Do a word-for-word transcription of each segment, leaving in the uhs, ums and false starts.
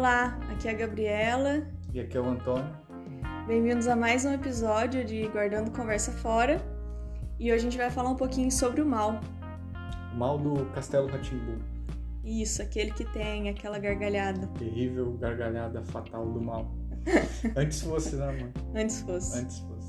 Olá, aqui é a Gabriela. E aqui é o Antônio. Bem-vindos a mais um episódio de Guardando Conversa Fora. E hoje a gente vai falar um pouquinho sobre o mal. O mal do Castelo Rá-Tim-Bum. Isso, aquele que tem aquela gargalhada. Terrível gargalhada fatal do mal. Antes fosse, né, mãe? Antes fosse. Antes fosse.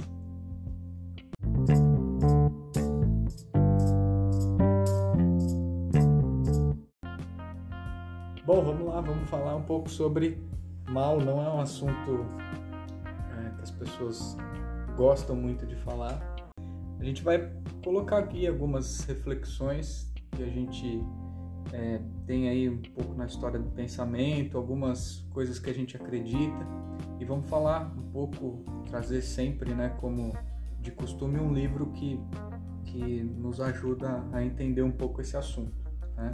Bom, vamos lá, vamos falar um pouco sobre mal. Não é um assunto é, que as pessoas gostam muito de falar. A gente vai colocar aqui algumas reflexões que a gente é, tem aí um pouco na história do pensamento, algumas coisas que a gente acredita, e vamos falar um pouco, trazer sempre, né, como de costume, um livro que, que nos ajuda a entender um pouco esse assunto, né?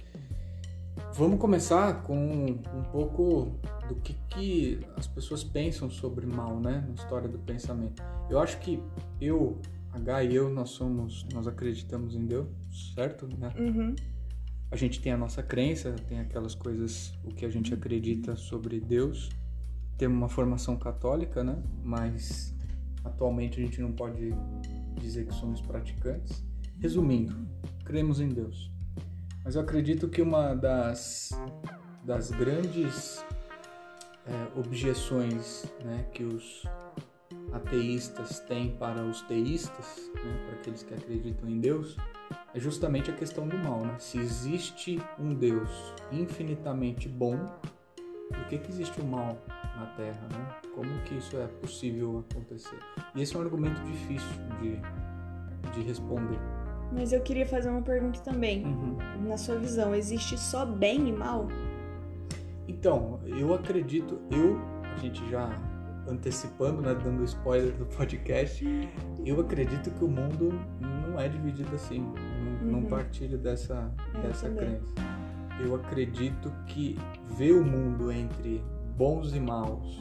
Vamos começar com um pouco do que, que as pessoas pensam sobre mal, né, na história do pensamento. Eu acho que eu, H e eu, nós somos, nós acreditamos em Deus, certo? Né? Uhum. A gente tem a nossa crença, tem aquelas coisas, o que a gente acredita sobre Deus. Temos uma formação católica, né? Mas atualmente a gente não pode dizer que somos praticantes. Resumindo, cremos em Deus. Mas eu acredito que uma das, das grandes é, objeções, né, que os ateístas têm para os teístas, né, para aqueles que acreditam em Deus, é justamente a questão do mal, né? Se existe um Deus infinitamente bom, por que que existe o mal na Terra, né? Como que isso é possível acontecer? E esse é um argumento difícil de, de responder. Mas eu queria fazer uma pergunta também. Uhum. Na sua visão, existe só bem e mal? Então, eu acredito, eu, a gente já antecipando, né, dando spoiler do podcast, eu acredito que o mundo não é dividido assim, não, uhum. não partilho dessa, eu dessa também. crença. Eu acredito que ver o mundo entre bons e maus,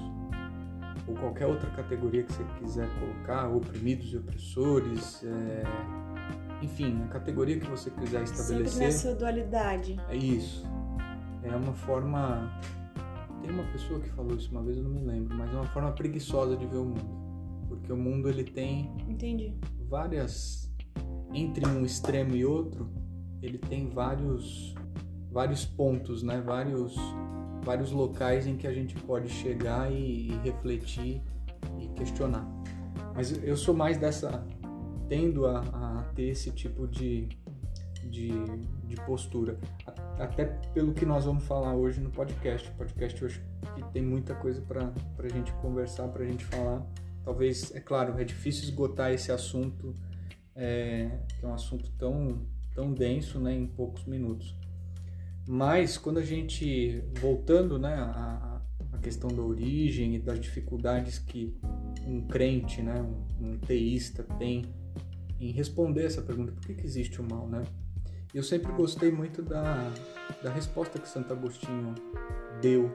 ou qualquer outra categoria que você quiser colocar, oprimidos e opressores, é... enfim, a categoria que você quiser estabelecer. Sempre nessa dualidade. É isso. É uma forma... Tem uma pessoa que falou isso uma vez, eu não me lembro, mas é uma forma preguiçosa de ver o mundo. Porque o mundo, ele tem Entendi. várias... Entre um extremo e outro, ele tem vários, vários pontos, né? Vários, vários locais em que a gente pode chegar e, e refletir e questionar. Mas eu sou mais dessa... Tendo a, a ter esse tipo de, de, de postura. Até pelo que nós vamos falar hoje no podcast. O podcast hoje que tem muita coisa para a gente conversar, para a gente falar. Talvez, é claro, é difícil esgotar esse assunto, é, que é um assunto tão, tão denso, né, em poucos minutos. Mas quando a gente, voltando, né, a, a questão da origem e das dificuldades que um crente, né, um, um teísta tem em responder essa pergunta, por que que existe o mal, né? Eu sempre gostei muito da, da resposta que Santo Agostinho deu,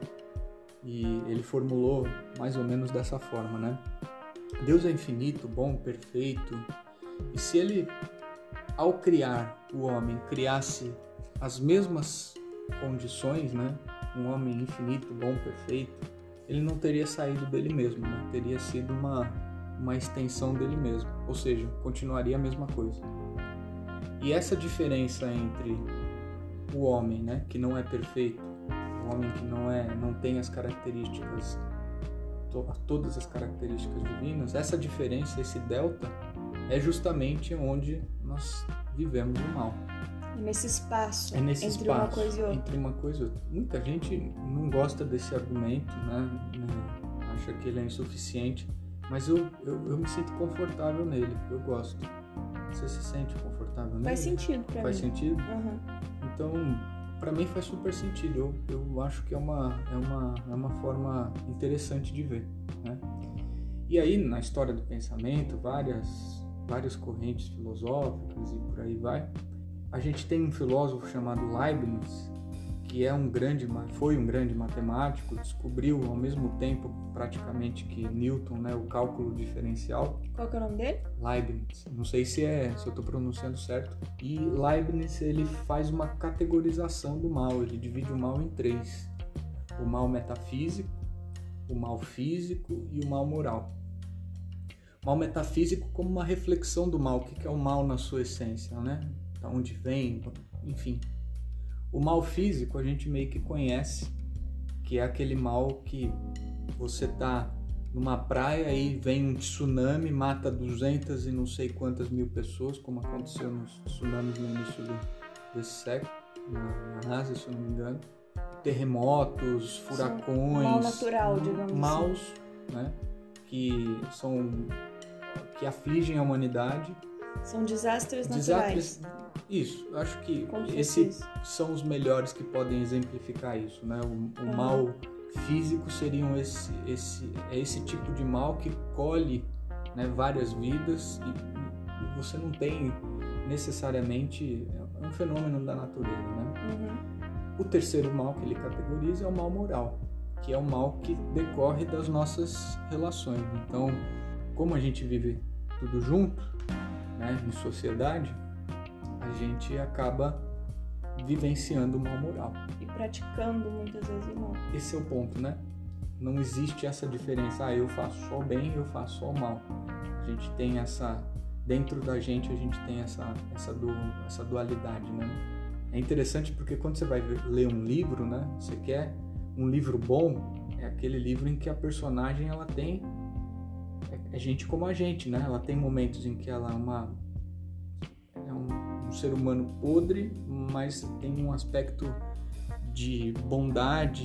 e ele formulou mais ou menos dessa forma, né? Deus é infinito, bom, perfeito, e se ele, ao criar o homem, criasse as mesmas condições, né? Um homem infinito, bom, perfeito, ele não teria saído dele mesmo, né? Teria sido uma... uma extensão dele mesmo, ou seja, continuaria a mesma coisa. E essa diferença entre o homem, né, que não é perfeito, o homem que não é, não tem as características, to, todas as características divinas, essa diferença, esse delta, é justamente onde nós vivemos o mal. É nesse espaço, é nesse entre espaço, uma coisa e outra. Entre uma coisa e outra. Muita gente não gosta desse argumento, né, acha que ele é insuficiente. Mas eu, eu, eu me sinto confortável nele, eu gosto. Você se sente confortável nele? Faz sentido pra faz mim. Faz sentido? Uhum. Então, pra mim faz super sentido. Eu, eu acho que é uma, é, uma, é uma forma interessante de ver, né? E aí, na história do pensamento, várias, várias correntes filosóficas e por aí vai. A gente tem um filósofo chamado Leibniz, que é um grande, foi um grande matemático, descobriu ao mesmo tempo praticamente que Newton, né, o cálculo diferencial. Qual que é o nome dele? Leibniz. Não sei se, é, se eu estou pronunciando certo. E Leibniz, ele faz uma categorização do mal, ele divide o mal em três. o mal metafísico, o mal físico e o mal moral. Mal metafísico como uma reflexão do mal, o que é o mal na sua essência, né? Da onde vem, enfim. O mal físico a gente meio que conhece, que é aquele mal que você tá numa praia e vem um tsunami, mata duzentas e não sei quantas mil pessoas, como aconteceu nos tsunamis no início do, desse século, na, na Ásia, se eu não me engano. Terremotos, furacões, Sim, mal natural, digamos maus, assim. Né, que são que afligem a humanidade. São desastres Desastres, naturais. Isso, acho que esses são os melhores que podem exemplificar isso, né? O, o uhum. mal físico seriam esse, esse, é esse tipo de mal que colhe, né, várias vidas e, e você não tem necessariamente, é um fenômeno da natureza, né? Uhum. O terceiro mal que ele categoriza é o mal moral, que é o mal que decorre das nossas relações. Então, como a gente vive tudo junto, né, em sociedade, a gente acaba vivenciando o mal moral. E praticando muitas vezes o mal. Esse é o ponto, né? Não existe essa diferença, ah, eu faço só o bem, eu faço só o mal. A gente tem essa, dentro da gente a gente tem essa, essa, du, essa dualidade, né? É interessante porque quando você vai ler um livro, né? Você quer um livro bom, é aquele livro em que a personagem ela tem, é, é gente como a gente, né? Ela tem momentos em que ela é uma é um, um ser humano podre, mas tem um aspecto de bondade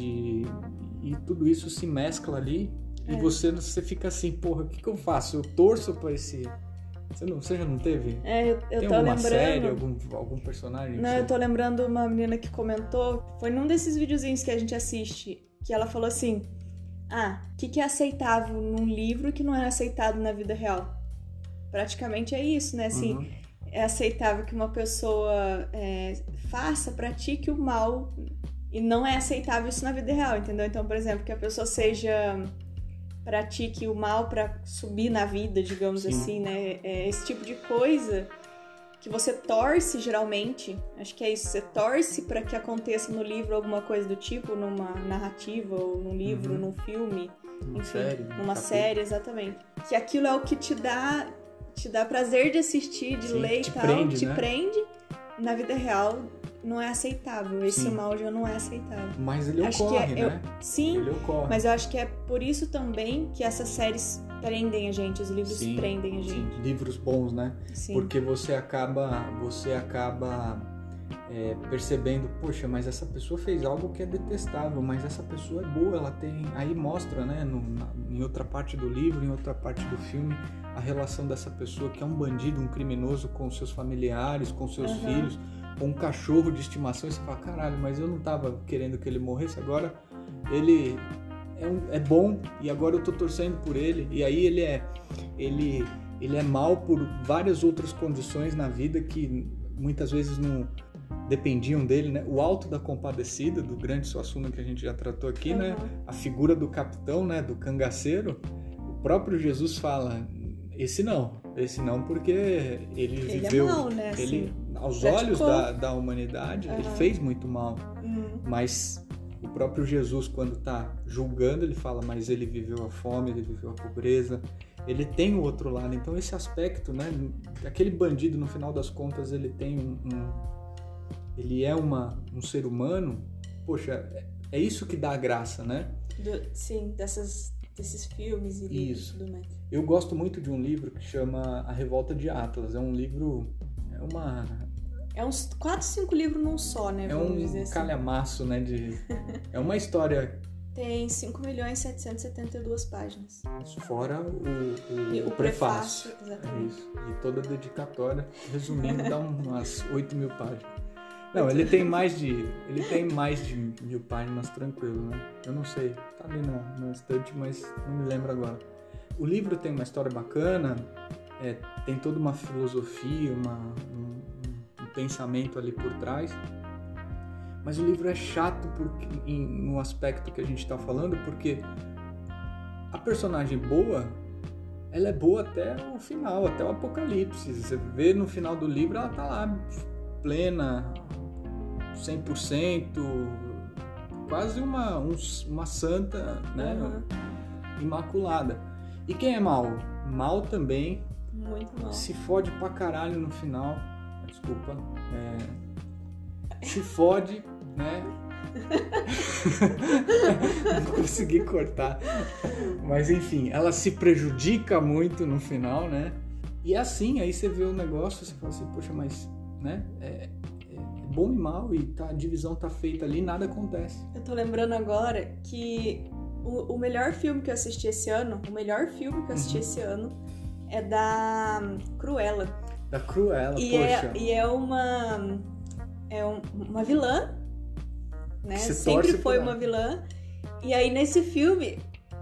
e tudo isso se mescla ali é. E você, você fica assim, porra, o que, que eu faço? Eu torço pra esse... Você, não, você já não teve? É, eu, eu tem tô alguma lembrando... série, algum, algum personagem? Não, você... eu tô lembrando uma menina que comentou, foi num desses videozinhos que a gente assiste, que ela falou assim, ah, o que, que é aceitável num livro que não é aceitado na vida real? Praticamente é isso, né? Assim, uhum. É aceitável que uma pessoa é, faça, pratique o mal e não é aceitável isso na vida real, entendeu? Então, por exemplo, que a pessoa seja... pratique o mal para subir na vida, digamos Sim. assim, né? É esse tipo de coisa que você torce, geralmente. Acho que é isso. Você torce para que aconteça no livro alguma coisa do tipo, numa narrativa, ou num livro, uhum. num filme, uma enfim, série, numa série, exatamente. Que aquilo é o que te dá, te dá prazer de assistir, de Sim, ler e tal, prende, te né? prende. Na vida real, não é aceitável. Esse Sim. mal já não é aceitável. Mas ele acho ocorre, que é, né? Eu, sim, ele ocorre. Mas eu acho que é por isso também que essas séries prendem a gente, os livros sim, prendem a gente. Sim, livros bons, né? Sim. Porque você acaba, você acaba é, percebendo, poxa, mas essa pessoa fez algo que é detestável, mas essa pessoa é boa, ela tem... Aí mostra, né, no, na, em outra parte do livro, em outra parte do filme, a relação dessa pessoa que é um bandido, um criminoso com seus familiares, com seus uhum. filhos, com um cachorro de estimação, e você fala, caralho, mas eu não tava querendo que ele morresse, agora ele é, um, é bom e agora eu tô torcendo por ele, e aí ele é, ele, ele é mal por várias outras condições na vida que muitas vezes não dependiam dele, né? O Alto da Compadecida, do grande Suassuna que a gente já tratou aqui, uhum. né? A figura do capitão, né? Do cangaceiro, o próprio Jesus fala, esse não, esse não porque ele, ele viveu, é mal, né? ele, assim, aos praticou. olhos da, da humanidade, uhum. ele fez muito mal, uhum. mas o próprio Jesus, quando está julgando, ele fala, mas ele viveu a fome, ele viveu a pobreza, ele tem o outro lado. Então esse aspecto, né, aquele bandido, no final das contas, ele tem um, um ele é uma, um ser humano, poxa, é, é isso que dá a graça, né? Do, sim, dessas, desses filmes e livros isso. e tudo mais. Eu gosto muito de um livro que chama A Revolta de Atlas, é um livro, é uma... É uns quatro, cinco livros num só, né? É um dizer assim. calhamaço, né? De... É uma história... Tem cinco milhões setecentos e setenta e duas páginas. Fora o, o, o, o prefácio. prefácio. Exatamente. É isso. E toda a dedicatória, resumindo, dá umas oito mil páginas. Não, ele tem mais de... Ele tem mais de mil páginas, tranquilo, né? Eu não sei. Tá ali na, na estante, mas não me lembro agora. O livro tem uma história bacana, é, tem toda uma filosofia, uma... Um, pensamento ali por trás, mas o livro é chato porque, em, no aspecto que a gente está falando, porque a personagem boa, ela é boa até o final, até o apocalipse. Você vê no final do livro, ela tá lá plena, cem por cento, quase uma, um, uma santa, né? Uhum. Imaculada. E quem é mal? Mal também. Muito mal. Se fode pra caralho no final. Desculpa. É... Se fode, né? Não consegui cortar. Mas enfim, ela se prejudica muito no final, né? E assim, aí você vê o negócio, você fala assim, poxa, mas, né? É, é bom e mal e tá, a divisão tá feita ali, nada acontece. Eu tô lembrando agora que o, o melhor filme que eu assisti esse ano, o melhor filme que eu assisti uhum. esse ano é da Cruella. Da Cruella, e poxa. É, e é uma, é um, uma vilã, né? Sempre foi uma vilã. E aí nesse filme,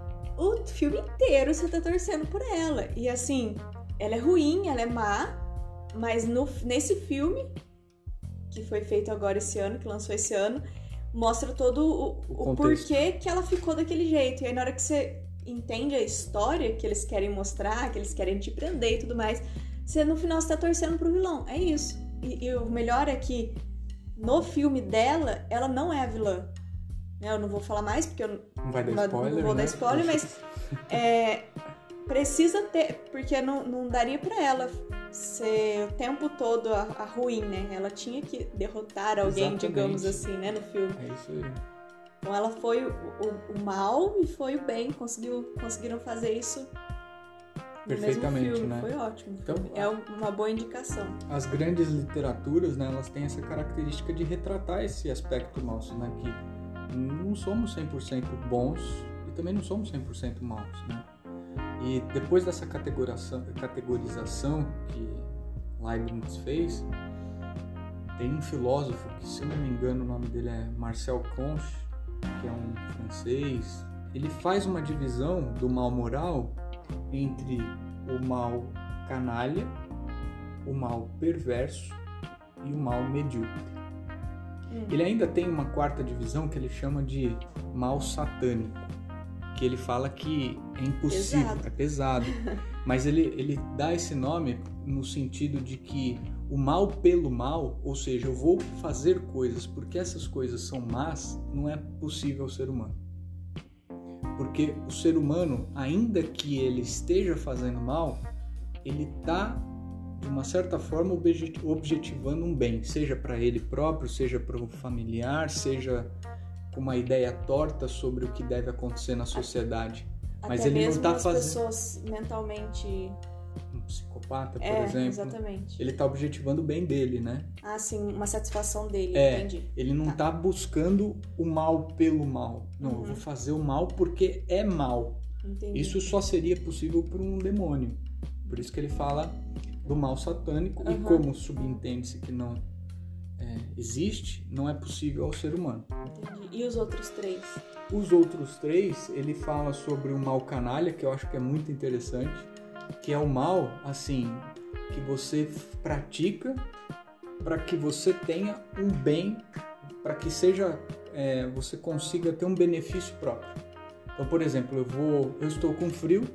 o filme inteiro você tá torcendo por ela. E assim, ela é ruim, ela é má, mas no, nesse filme, que foi feito agora esse ano, que lançou esse ano, mostra todo o, o, o porquê que ela ficou daquele jeito. E aí na hora que você entende a história que eles querem mostrar, que eles querem te prender e tudo mais, você no final você tá torcendo pro vilão. É isso. E, e o melhor é que no filme dela, ela não é a vilã. Eu não vou falar mais, porque eu não, vai dar spoiler, não vou né? dar spoiler, mas é, precisa ter, porque não, não daria pra ela ser o tempo todo a, a ruim, né? Ela tinha que derrotar alguém, exatamente, digamos assim, né, no filme. É isso aí. Então ela foi o, o, o mal e foi o bem, conseguiu, conseguiram fazer isso perfeitamente, no mesmo filme. Né? Foi ótimo. Então, é uma boa indicação. As grandes literaturas, né, elas têm essa característica de retratar esse aspecto nosso, né, que não somos cem por cento bons e também não somos cem por cento maus, né? E depois dessa categorização, categorização que Leibniz fez, tem um filósofo que, se eu não me engano, o nome dele é Marcel Conche, que é um francês. Ele faz uma divisão do mal moral entre o mal canalha, o mal perverso e o mal medíocre. Hum. Ele ainda tem uma quarta divisão que ele chama de mal satânico, que ele fala que é impossível, pesado. é pesado, mas ele, ele dá esse nome no sentido de que o mal pelo mal, ou seja, eu vou fazer coisas porque essas coisas são más, não é possível ao ser humano. Porque o ser humano, ainda que ele esteja fazendo mal, ele está, de uma certa forma, objetivando um bem, seja para ele próprio, seja para o familiar, seja com uma ideia torta sobre o que deve acontecer na sociedade. Até Mas ele mesmo não está as fazendo... pessoas mentalmente... Um psicopata, por é, exemplo. Exatamente. Ele está objetivando o bem dele, né? Ah, sim, uma satisfação dele, é, entendi. Ele não está tá buscando o mal pelo mal. Não, uhum. eu vou fazer o mal porque é mal. Entendi. Isso só seria possível por um demônio. Por isso que ele fala do mal satânico, uhum. e como subentende-se que não é, existe, não é possível ao ser humano. Entendi. E os outros três? Os outros três, ele fala sobre o mal canalha, que eu acho que é muito interessante, que é o mal, assim, que você pratica para que você tenha um bem, para que seja, é, você consiga ter um benefício próprio. Então, por exemplo, eu vou, eu estou com frio,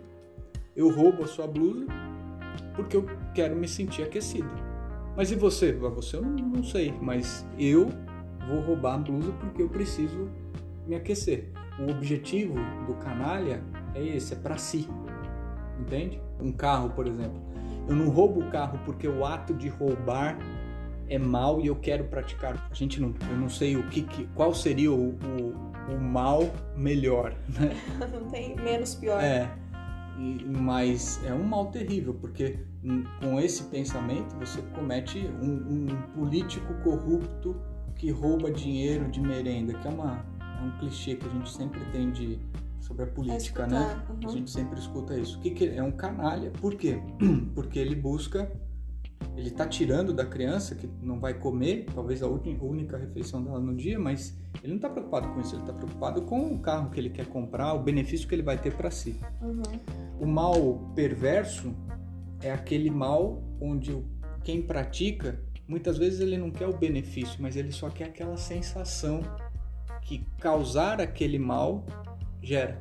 eu roubo a sua blusa porque eu quero me sentir aquecido. Mas e você? Você eu não, não sei, mas eu vou roubar a blusa porque eu preciso me aquecer. O objetivo do canalha é esse, é para si. Entende? Um carro, por exemplo. Eu não roubo o carro porque o ato de roubar é mal e eu quero praticar. A gente não, eu não sei o que, que qual seria o, o, o mal melhor, né? Não tem menos pior. É, e, mas é um mal terrível, porque com esse pensamento você comete um, um político corrupto que rouba dinheiro de merenda, que é, uma, é um clichê que a gente sempre tem de... sobre a política, né? Uhum. A gente sempre escuta isso. O que, que é um canalha? Por quê? Porque ele busca, ele tá tirando da criança que não vai comer, talvez a única refeição dela no dia, mas ele não tá preocupado com isso, ele tá preocupado com o carro que ele quer comprar, o benefício que ele vai ter para si. Uhum. O mal perverso é aquele mal onde quem pratica, muitas vezes ele não quer o benefício, mas ele só quer aquela sensação que causar aquele mal gera.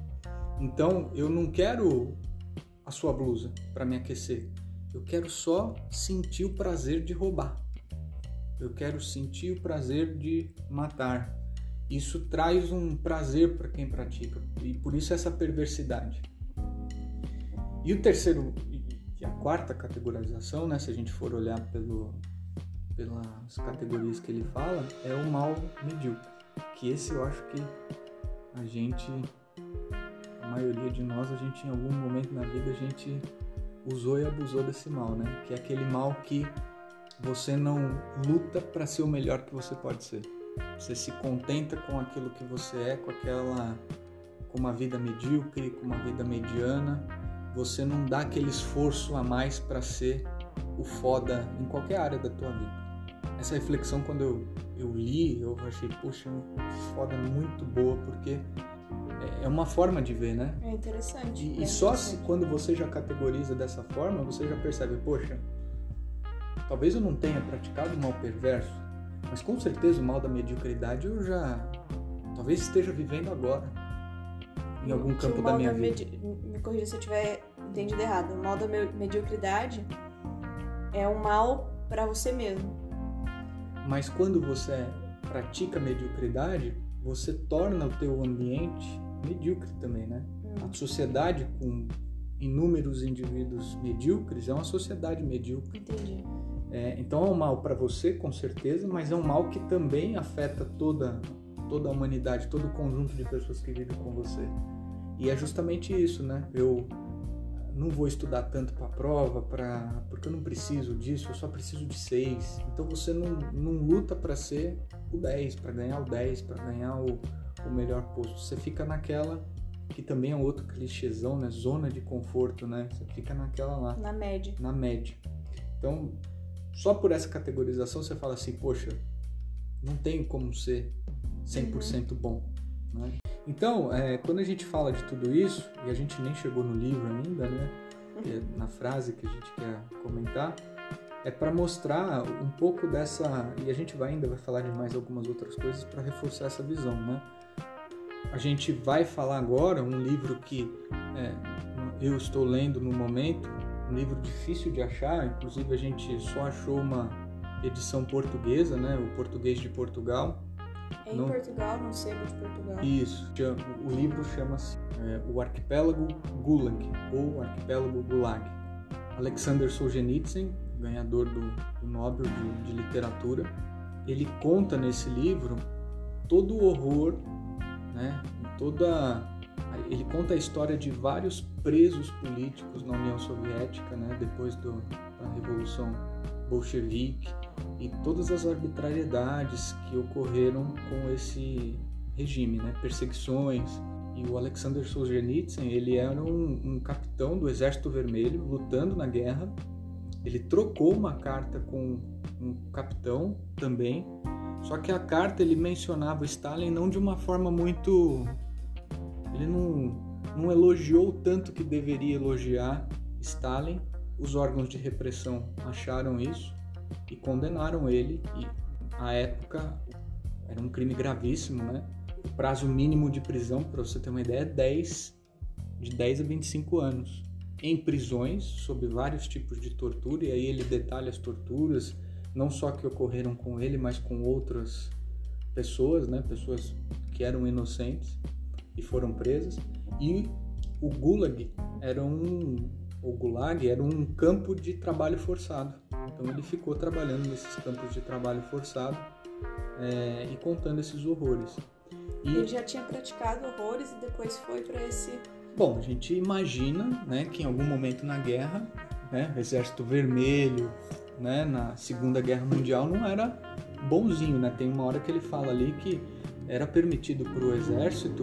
Então, eu não quero a sua blusa para me aquecer. Eu quero só sentir o prazer de roubar. Eu quero sentir o prazer de matar. isso traz um prazer para quem pratica, e por isso essa perversidade. E o terceiro e a quarta categorização, né, se a gente for olhar pelo, pelas categorias que ele fala, é o mal medíocre, que esse eu acho que a gente, a maioria de nós, a gente em algum momento na vida a gente usou e abusou desse mal, né? Que é aquele mal que você não luta para ser o melhor que você pode ser. Você se contenta com aquilo que você é, com aquela, com uma vida medíocre, com uma vida mediana. Você não dá aquele esforço a mais para ser o foda em qualquer área da tua vida. Essa reflexão, quando eu, eu li, eu achei, poxa, foda muito boa, porque é uma forma de ver, né? É interessante. E, é e só interessante. se, quando você já categoriza dessa forma, você já percebe, poxa, talvez eu não tenha praticado o mal perverso, mas com certeza o mal da mediocridade eu já, talvez esteja vivendo agora, em algum Que campo o mal da minha da vida. medi- Me corrija se eu tiver entendido errado. O mal da me- mediocridade é um mal para você mesmo. Mas quando você pratica mediocridade, você torna o teu ambiente medíocre também, né? Hum. A sociedade com inúmeros indivíduos medíocres é uma sociedade medíocre. Entendi. É, então é um mal para você, com certeza, mas é um mal que também afeta toda, toda a humanidade, todo o conjunto de pessoas que vivem com você. E é justamente isso, né? Eu não vou estudar tanto para a prova, pra, porque eu não preciso disso, eu só preciso de seis. Então você não, não luta para ser o dez, para ganhar o dez, para ganhar o, o melhor posto. Você fica naquela, que também é outro clichêzão, né? Zona de conforto, né? Você fica naquela lá. Na média. Na média. Então, só por essa categorização você fala assim, poxa, não tenho como ser cem por cento uhum. bom, né? Então, é, quando a gente fala de tudo isso, e a gente nem chegou no livro ainda, né? É, na frase que a gente quer comentar, é para mostrar um pouco dessa, e a gente vai ainda vai falar de mais algumas outras coisas para reforçar essa visão, né? A gente vai falar agora um livro que é, eu estou lendo no momento, um livro difícil de achar, inclusive a gente só achou uma edição portuguesa, né? O Português de Portugal. É em Não... Portugal, no sebo de Portugal. Isso. O livro chama-se é, O Arquipélago Gulag, ou Arquipélago Gulag. Alexander Solzhenitsyn, ganhador do, do Nobel de, de Literatura, ele conta nesse livro todo o horror, né? Toda... Ele conta a história de vários presos políticos na União Soviética, né? Depois do, da Revolução Bolchevique, e todas as arbitrariedades que ocorreram com esse regime, né? Perseguições. E o Alexander Solzhenitsyn, ele era um, um capitão do Exército Vermelho, lutando na guerra. Ele trocou uma carta com um capitão também, só que a carta ele mencionava Stalin não de uma forma muito... Ele não, não elogiou tanto que deveria elogiar Stalin. Os órgãos de repressão acharam isso e condenaram ele. E, à época, era um crime gravíssimo, né? O prazo mínimo de prisão, para você ter uma ideia, é dez, de dez a vinte e cinco anos. Em prisões, sob vários tipos de tortura, e aí ele detalha as torturas, não só que ocorreram com ele, mas com outras pessoas, né? Pessoas que eram inocentes e foram presas. E o Gulag era um, o Gulag era um campo de trabalho forçado. Então ele ficou trabalhando nesses campos de trabalho forçado é, e contando esses horrores. E ele já tinha praticado horrores e depois foi para esse... Bom, a gente imagina, né, que em algum momento na guerra, né, o Exército Vermelho, né, na Segunda Guerra Mundial não era bonzinho, né? Tem uma hora que ele fala ali que era permitido para o exército,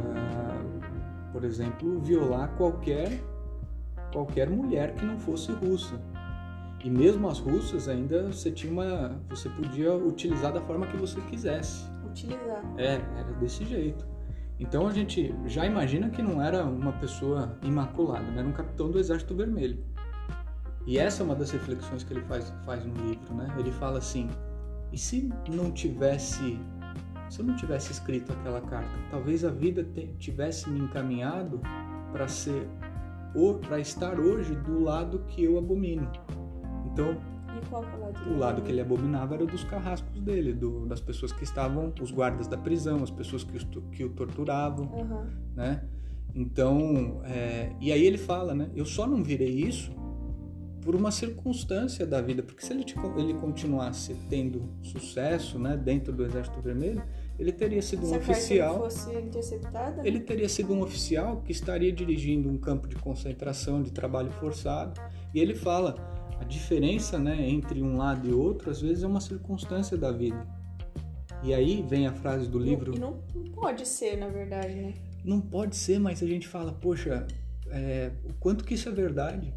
uh, por exemplo, violar qualquer, qualquer mulher que não fosse russa. E mesmo as russas ainda você tinha uma, você podia utilizar da forma que você quisesse. Utilizar. É, era desse jeito. Então a gente já imagina que não era uma pessoa imaculada, né? Era um capitão do Exército Vermelho. E essa é uma das reflexões que ele faz, faz no livro, né? Ele fala assim, e se não tivesse... Se eu não tivesse escrito aquela carta, talvez a vida te, tivesse me encaminhado para ser, para estar hoje do lado que eu abomino. Então, E qual que é o lado? O lado que ele abominava era o dos carrascos dele, do, das pessoas que estavam, os guardas da prisão, as pessoas que, os, que o torturavam, uhum. né? Então, é, e aí ele fala, né? Eu só não virei isso por uma circunstância da vida, porque se ele, ele continuasse tendo sucesso, né, dentro do Exército Vermelho, ele teria sido um se oficial. Se a fosse interceptada, ele teria sido um oficial que estaria dirigindo um campo de concentração, de trabalho forçado. E ele fala, a diferença, né, entre um lado e outro, às vezes é uma circunstância da vida. E aí vem a frase do livro. E não, não pode ser, na verdade, né? Não pode ser, mas a gente fala, poxa, é, o quanto que isso é verdade?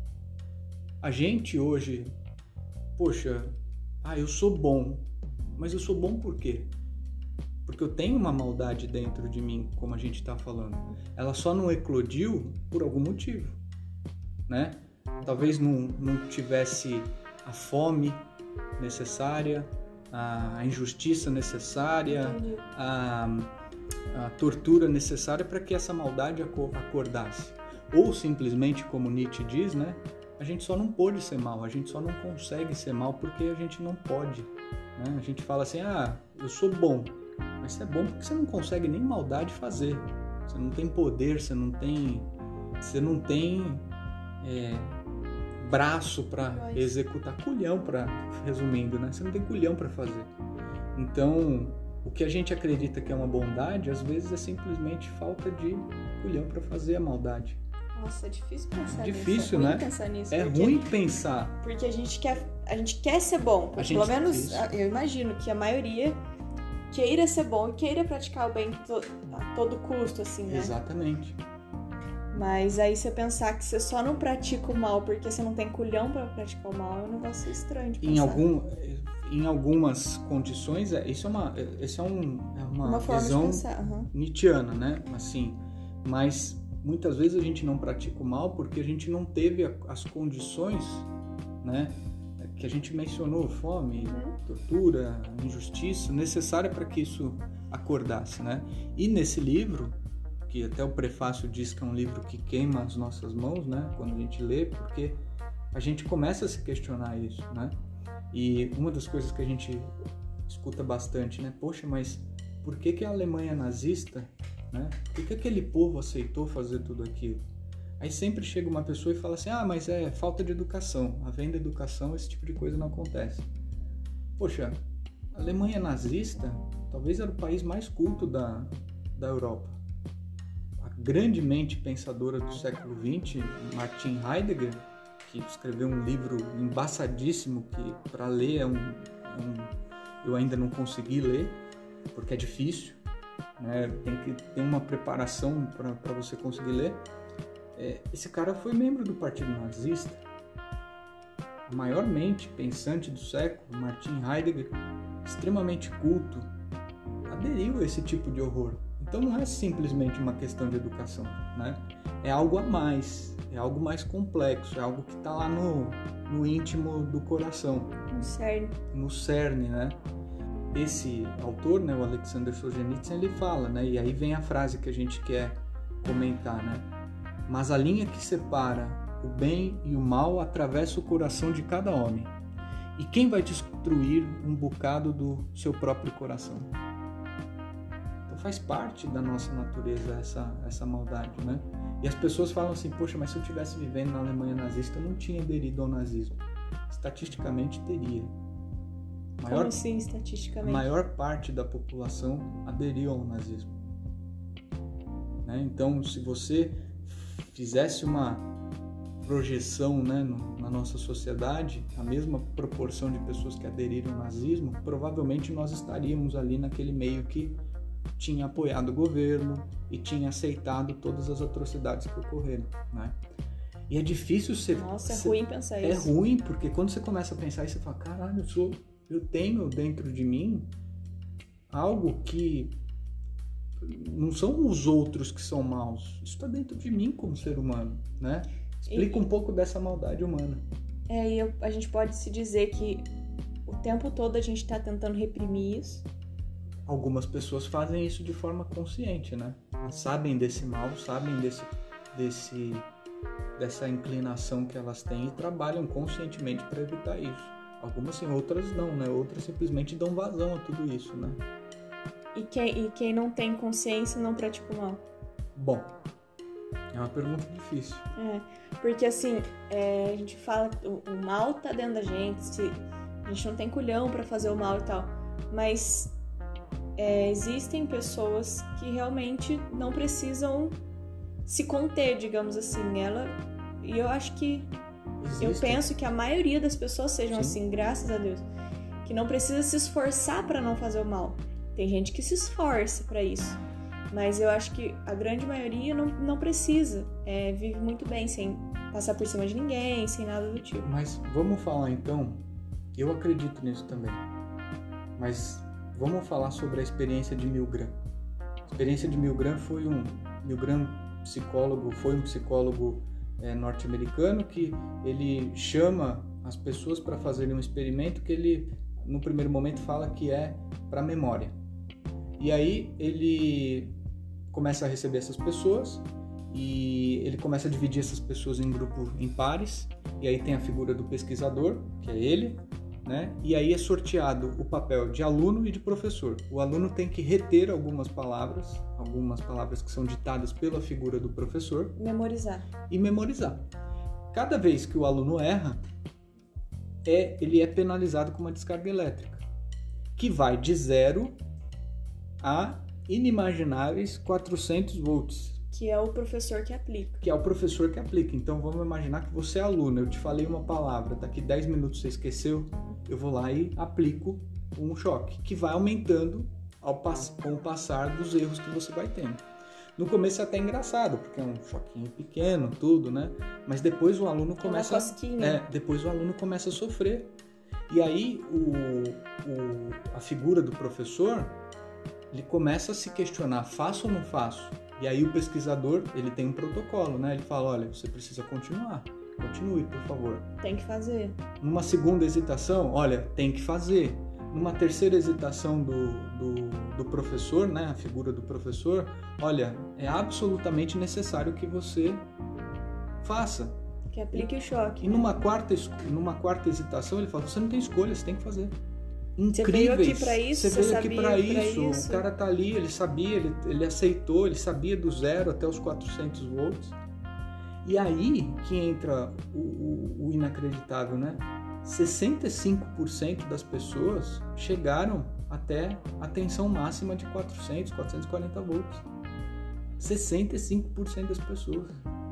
A gente hoje, poxa, ah, eu sou bom, mas eu sou bom por quê? Porque eu tenho uma maldade dentro de mim, como a gente está falando. Ela só não eclodiu por algum motivo, né? Talvez não, não tivesse a fome necessária, a injustiça necessária, a, a tortura necessária para que essa maldade acordasse. Ou simplesmente, como Nietzsche diz, né? A gente só não pode ser mal, a gente só não consegue ser mal porque a gente não pode. Né? A gente fala assim, ah, eu sou bom, mas você é bom porque você não consegue nem maldade fazer. Você não tem poder, você não tem, você não tem é, braço para executar, culhão para, resumindo, né? Você não tem culhão para fazer. Então, o que a gente acredita que é uma bondade, às vezes é simplesmente falta de culhão para fazer a maldade. Nossa, é difícil pensar difícil, nisso. É né? ruim pensar nisso. É porque, ruim pensar. Porque a gente quer, a gente quer ser bom. A Pelo gente, menos, isso. eu imagino que a maioria queira ser bom e queira praticar o bem to, a todo custo, assim, né? Exatamente. Mas aí você pensar que você só não pratica o mal porque você não tem culhão pra praticar o mal é um negócio estranho de pensar. Em, algum, em algumas condições, é, isso é uma, isso é um, é uma, uma forma visão de pensar. Uhum. Nietzschiana, né? Assim, mas muitas vezes a gente não pratica o mal porque a gente não teve as condições, né, que a gente mencionou, fome, uhum. tortura, injustiça, necessária para que isso acordasse, né? E nesse livro, que até o prefácio diz que é um livro que queima as nossas mãos, né, quando a gente lê, porque a gente começa a se questionar isso, né? E uma das coisas que a gente escuta bastante, né, poxa, mas por que que a Alemanha nazista, né, por que que aquele povo aceitou fazer tudo aquilo? Aí sempre chega uma pessoa e fala assim, ah, mas é falta de educação, havendo educação esse tipo de coisa não acontece. Poxa, a Alemanha nazista talvez era o país mais culto da, da Europa. A grande mente pensadora do século vinte, Martin Heidegger, que escreveu um livro embaçadíssimo que para ler é um, é um, eu ainda não consegui ler, porque é difícil, né? Tem que ter uma preparação para você conseguir ler. É, esse cara foi membro do Partido Nazista. A maior mente pensante do século, Martin Heidegger, extremamente culto, aderiu a esse tipo de horror. Então não é simplesmente uma questão de educação, né? É algo a mais, é algo mais complexo, é algo que está lá no, no íntimo do coração. No cerne. No cerne, né? Esse autor, né, o Alexander Solzhenitsyn, ele fala, né? E aí vem a frase que a gente quer comentar, né? Mas a linha que separa o bem e o mal atravessa o coração de cada homem. E quem vai destruir um bocado do seu próprio coração? Então faz parte da nossa natureza essa, essa maldade, né? E as pessoas falam assim, poxa, mas se eu estivesse vivendo na Alemanha nazista, eu não tinha aderido ao nazismo. Estatisticamente teria. A maior, Como assim, estatisticamente? A maior parte da população aderiu ao nazismo. Né? Então, se você fizesse uma projeção, né, no, na nossa sociedade, a mesma proporção de pessoas que aderiram ao nazismo, provavelmente nós estaríamos ali naquele meio que tinha apoiado o governo e tinha aceitado todas as atrocidades que ocorreram, né? E é difícil ser... Nossa, é ser, ruim pensar é isso. É ruim, porque quando você começa a pensar isso, você fala, caralho, eu, sou, eu tenho dentro de mim algo que não são os outros que são maus, isso está dentro de mim como ser humano, né? Explica e, um pouco dessa maldade humana. É, e eu, a gente pode se dizer que o tempo todo a gente está tentando reprimir isso. Algumas pessoas fazem isso de forma consciente, né? Elas sabem desse mal, sabem desse, desse, dessa inclinação que elas têm e trabalham conscientemente para evitar isso. Algumas sim, outras não, né? Outras simplesmente dão vazão a tudo isso, né? E quem, e quem não tem consciência não pratica o mal? Bom, é uma pergunta difícil. É, porque assim, é, a gente fala que o, o mal tá dentro da gente, se, a gente não tem culhão pra fazer o mal e tal, mas é, existem pessoas que realmente não precisam se conter, digamos assim. Ela, e eu acho que, Existem. eu penso que a maioria das pessoas sejam Sim. assim, graças a Deus, que não precisa se esforçar pra não fazer o mal. Tem gente que se esforça pra isso, mas eu acho que a grande maioria não, não precisa, é, vive muito bem, sem passar por cima de ninguém, sem nada do tipo. Mas vamos falar então, eu acredito nisso também, mas vamos falar sobre a experiência de Milgram. A experiência de Milgram foi um Milgram psicólogo, foi um psicólogo é, norte-americano que ele chama as pessoas para fazerem um experimento que ele, no primeiro momento, fala que é para memória. E aí ele começa a receber essas pessoas e ele começa a dividir essas pessoas em grupo, em pares, e aí tem a figura do pesquisador, que é ele, né? E aí é sorteado o papel de aluno e de professor. O aluno tem que reter algumas palavras, algumas palavras que são ditadas pela figura do professor. Memorizar. E memorizar. Cada vez que o aluno erra, é, ele é penalizado com uma descarga elétrica, que vai de zero a inimagináveis quatrocentos volts. Que é o professor que aplica. Que é o professor que aplica. Então vamos imaginar que você é aluno, eu te falei uma palavra, daqui dez minutos você esqueceu, eu vou lá e aplico um choque, que vai aumentando ao pass- com o passar dos erros que você vai tendo. No começo é até engraçado, porque é um choquinho pequeno, tudo, né? Mas depois o aluno começa... Uma cosquinha. É, depois o aluno começa a sofrer. E aí o, o, a figura do professor, ele começa a se questionar, faço ou não faço? E aí o pesquisador, ele tem um protocolo, né? Ele fala, olha, você precisa continuar, continue, por favor. Tem que fazer. Numa segunda hesitação, olha, tem que fazer. Numa terceira hesitação do, do, do professor, né? A figura do professor, olha, é absolutamente necessário que você faça. Que aplique o choque. E numa quarta, numa quarta hesitação, ele fala, você não tem escolha, você tem que fazer. Incríveis. Você veio aqui pra isso, você, você veio sabia aqui pra isso. pra isso. O cara tá ali, ele sabia, ele, ele aceitou, ele sabia do zero até os quatrocentos volts. E aí que entra o, o, o inacreditável, né? sessenta e cinco por cento das pessoas chegaram até a tensão máxima de quatrocentos, quatrocentos e quarenta volts. sessenta e cinco por cento das pessoas.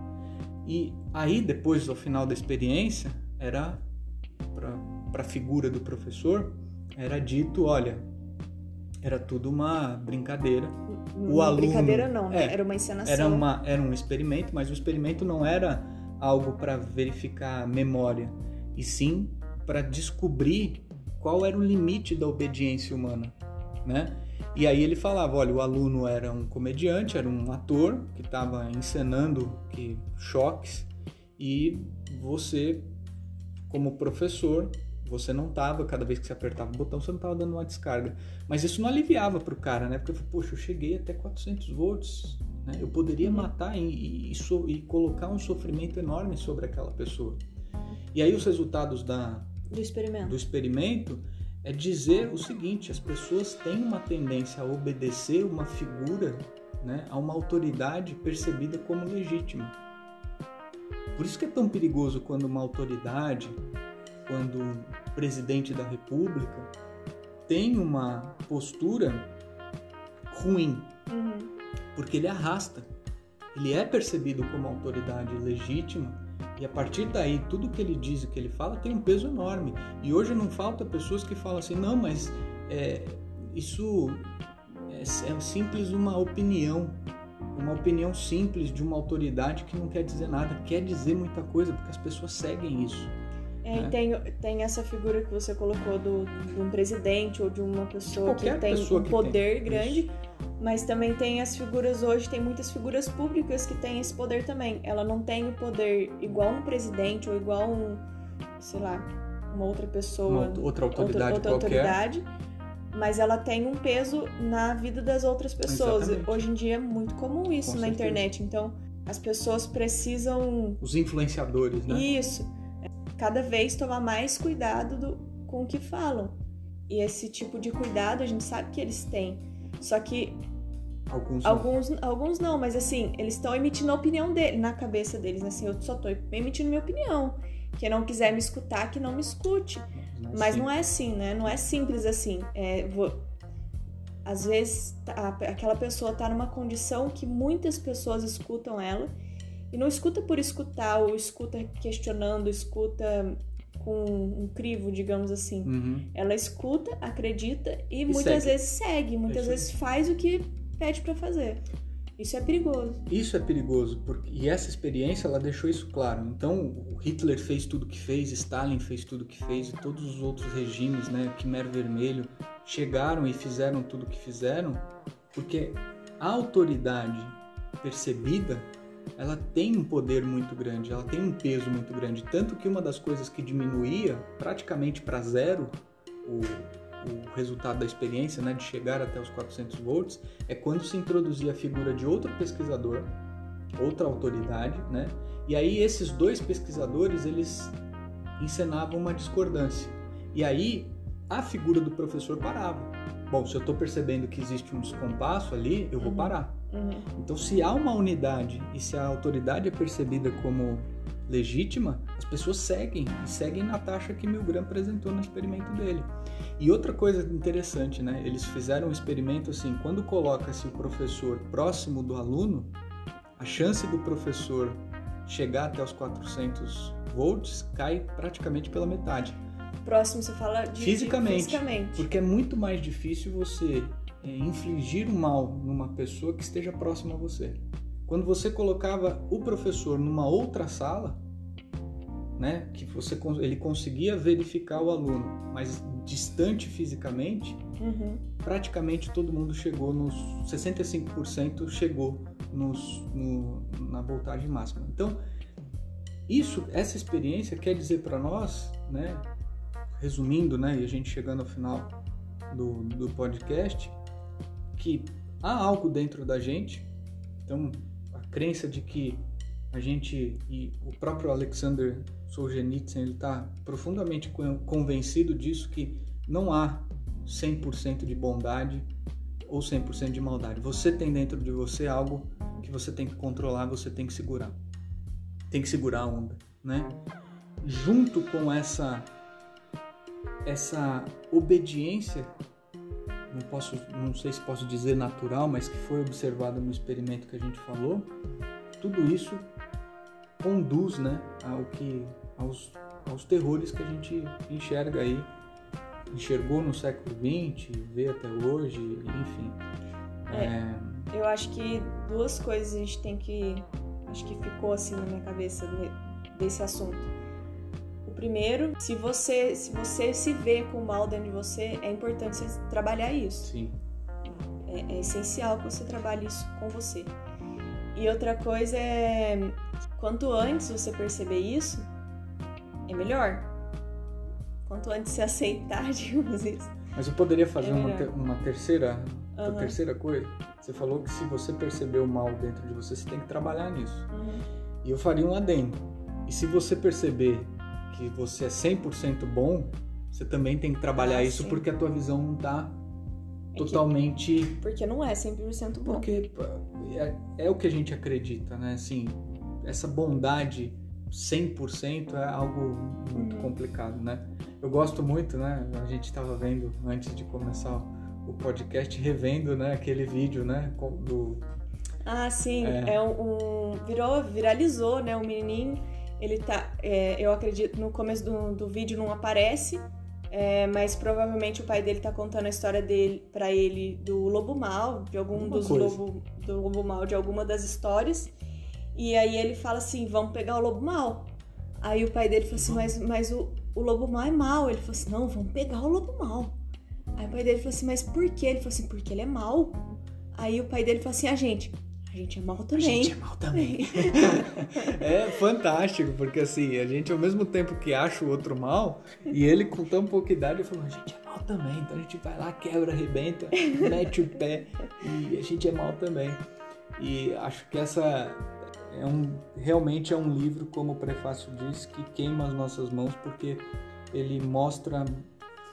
E aí, depois, ao final da experiência, era para a figura do professor, era dito, olha, era tudo uma brincadeira. Não, o aluno, brincadeira não, né? É, Era uma encenação. Era, uma, era um experimento, mas o experimento não era algo para verificar a memória, e sim para descobrir qual era o limite da obediência humana, né? E aí ele falava, olha, o aluno era um comediante, era um ator que estava encenando que, choques, e você, como professor, você não estava, cada vez que você apertava o botão, você não estava dando uma descarga. Mas isso não aliviava para o cara, né? Porque eu falei, poxa, eu cheguei até quatrocentos volts, né? Eu poderia uhum. matar e, e, so, e colocar um sofrimento enorme sobre aquela pessoa. E aí os resultados da, do experimento. do experimento é dizer o seguinte, as pessoas têm uma tendência a obedecer uma figura, né, a uma autoridade percebida como legítima. Por isso que é tão perigoso quando uma autoridade, quando o presidente da República tem uma postura ruim, uhum. porque ele arrasta. Ele é percebido como autoridade legítima e a partir daí tudo que ele diz e que ele fala tem um peso enorme. E hoje não falta pessoas que falam assim, não, mas é, isso é, é simples uma opinião, uma opinião simples de uma autoridade que não quer dizer nada, quer dizer muita coisa, porque as pessoas seguem isso. É, né? E tem, tem essa figura que você colocou do, de um presidente ou de uma pessoa Qualquer que tem pessoa um que poder tem. grande, Isso. Mas também tem as figuras hoje, tem muitas figuras públicas que têm esse poder também. Ela não tem o poder igual um presidente ou igual um, sei lá, uma outra pessoa, uma outra autoridade outra, outra qualquer. autoridade, mas ela tem um peso na vida das outras pessoas. Exatamente. Hoje em dia é muito comum isso Com na certeza. internet, então as pessoas precisam... Os influenciadores, né? Isso. Cada vez tomar mais cuidado do, com o que falam. E esse tipo de cuidado a gente sabe que eles têm. Só que Alguns, alguns, não. alguns não, mas assim, eles estão emitindo a opinião dele, na cabeça deles, né? Assim, eu só tô emitindo minha opinião. Quem não quiser me escutar, que não me escute. Não, mas sim. não é assim, né? Não é simples assim. É, vou... Às vezes, a, aquela pessoa tá numa condição que muitas pessoas escutam ela, e não escuta por escutar, ou escuta questionando, escuta com um crivo, digamos assim. Uhum. Ela escuta, acredita e, E muitas segue. vezes segue, muitas Isso. vezes faz o que pede pra fazer. Isso é perigoso. Isso é perigoso, porque, e essa experiência ela deixou isso claro. Então, o Hitler fez tudo o que fez, Stalin fez tudo o que fez, e todos os outros regimes, né, Khmer Vermelho, chegaram e fizeram tudo o que fizeram, porque a autoridade percebida, ela tem um poder muito grande, ela tem um peso muito grande. Tanto que uma das coisas que diminuía praticamente para zero o, o resultado da experiência, né, de chegar até os quatrocentos volts, é quando se introduzia a figura de outro pesquisador, outra autoridade, né? E aí esses dois pesquisadores, eles encenavam uma discordância. E aí a figura do professor parava. Bom, se eu estou percebendo que existe um descompasso ali, eu vou Uhum. parar. Uhum. Então, se há uma unidade e se a autoridade é percebida como legítima, as pessoas seguem, e seguem na taxa que Milgram apresentou no experimento dele. E outra coisa interessante, né? Eles fizeram um experimento assim, quando coloca-se o professor próximo do aluno, a chance do professor chegar até os quatrocentos volts cai praticamente pela metade. Próximo você fala de Fisicamente, de, fisicamente. Porque é muito mais difícil você é, infligir o mal numa pessoa que esteja próxima a você. Quando você colocava o professor numa outra sala, né, que você, ele conseguia verificar o aluno, mas distante fisicamente, Uhum. praticamente todo mundo chegou nos sessenta e cinco por cento chegou nos, no, na voltagem máxima. Então, isso, essa experiência quer dizer para nós, né, resumindo, né, e a gente chegando ao final do, do podcast, que há algo dentro da gente. Então, a crença de que a gente, e o próprio Alexander Solzhenitsyn, ele está profundamente convencido disso, que não há cem por cento de bondade ou cem por cento de maldade. Você tem dentro de você algo que você tem que controlar, você tem que segurar. Tem que segurar a onda, né? Junto com essa essa obediência, não posso, não sei se posso dizer natural, mas que foi observada no experimento que a gente falou, tudo isso conduz, né, ao que, aos, aos terrores que a gente enxerga aí, enxergou no século vinte, vê até hoje, enfim. É, é... Eu acho que duas coisas a gente tem que, acho que ficou assim na minha cabeça desse assunto. O primeiro, se você, se você se vê com o mal dentro de você, é importante você trabalhar isso. Sim. É, é essencial que você trabalhe isso com você. E outra coisa é, quanto antes você perceber isso, é melhor. Quanto antes você aceitar, digamos isso. Mas eu poderia fazer é uma, ter, uma terceira, uhum. uma terceira coisa? Você falou que se você perceber o mal dentro de você, você tem que trabalhar nisso. Uhum. E eu faria um adendo. E se você perceber que você é cem por cento bom, você também tem que trabalhar ah, isso, sim. Porque a tua visão não está é totalmente... Que, porque não é cem por cento bom. Porque é, é o que a gente acredita, né? Assim, essa bondade cem por cento é algo muito uhum. complicado, né? Eu gosto muito, né? A gente estava vendo, antes de começar o podcast, revendo, né, aquele vídeo, né, do... Ah, sim. É, é um, um... Virou, viralizou, né? O menininho... Ele tá, é, eu acredito, no começo do, do vídeo não aparece, é, mas provavelmente o pai dele tá contando a história dele pra ele do lobo mal, de algum alguma dos lobo, do lobo mal, de alguma das histórias. E aí ele fala assim, vamos pegar o lobo mal. Aí o pai dele falou assim, mas, mas o, o lobo mal é mal. Ele falou assim, não, vamos pegar o lobo mal. Aí o pai dele falou assim, mas por quê? Ele falou assim, porque ele é mal. Aí o pai dele falou assim, a gente... A gente é mal também. A gente é mal também. É fantástico, porque assim, a gente ao mesmo tempo que acha o outro mal, e ele com tão pouca idade falou, a gente é mal também, então a gente vai lá, quebra, arrebenta, mete o pé, e a gente é mal também. E acho que essa é um, realmente é um livro, como o prefácio diz, que queima as nossas mãos, porque ele mostra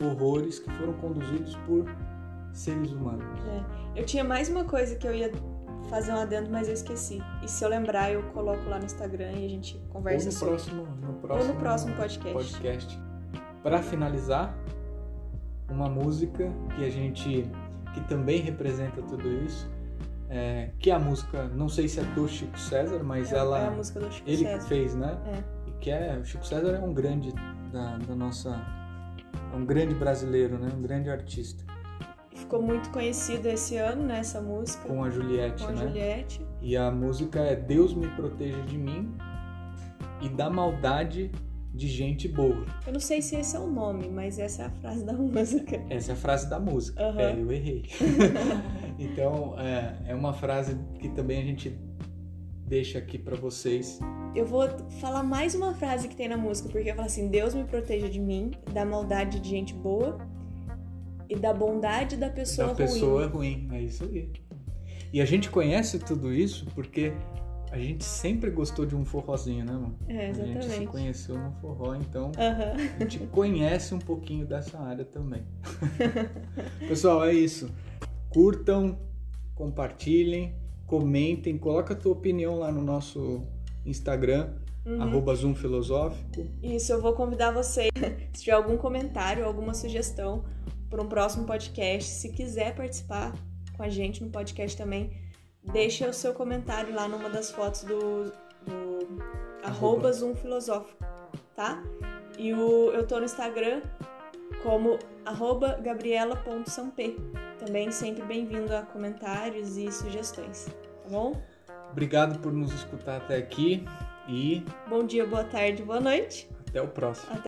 horrores que foram conduzidos por seres humanos. É. Eu tinha mais uma coisa que eu ia fazer um adendo, mas eu esqueci. E se eu lembrar, eu coloco lá no Instagram e a gente conversa Ou no sobre. próximo, no próximo, Ou no próximo podcast. podcast. Para finalizar, uma música que a gente, que também representa tudo isso, é, que é a música, não sei se é do Chico César, mas é, ela, é a música do Chico ele César. que fez, né? É. E que é, o Chico César é um grande da, da nossa, é um grande brasileiro, né? Um grande artista. Ficou muito conhecida esse ano, né, essa música. Com a Juliette, com a né? Juliette. E a música é Deus me proteja de mim e da maldade de gente boa. Eu não sei se esse é o nome, mas essa é a frase da música. Essa é a frase da música. Uhum. É, eu errei. Então, é, é uma frase que também a gente deixa aqui pra vocês. Eu vou falar mais uma frase que tem na música, porque eu falo assim, Deus me proteja de mim, da maldade de gente boa e da bondade da pessoa ruim. Da pessoa ruim, é isso aí. E a gente conhece tudo isso porque a gente sempre gostou de um forrozinho, né, mano? É, exatamente. A gente se conheceu no forró, então uhum. a gente conhece um pouquinho dessa área também. Pessoal, é isso. Curtam, compartilhem, comentem, coloca a tua opinião lá no nosso Instagram, uhum. arroba Zoom Filosófico. Isso, eu vou convidar vocês, se tiver algum comentário, alguma sugestão para um próximo podcast, se quiser participar com a gente no podcast também, deixa o seu comentário lá numa das fotos do, do arroba Zoom Filosófico, tá? E o, eu tô no Instagram como arroba gabriela ponto samp. Também sempre bem-vindo a comentários e sugestões, tá bom? Obrigado por nos escutar até aqui e... Bom dia, boa tarde, boa noite. Até o próximo. Até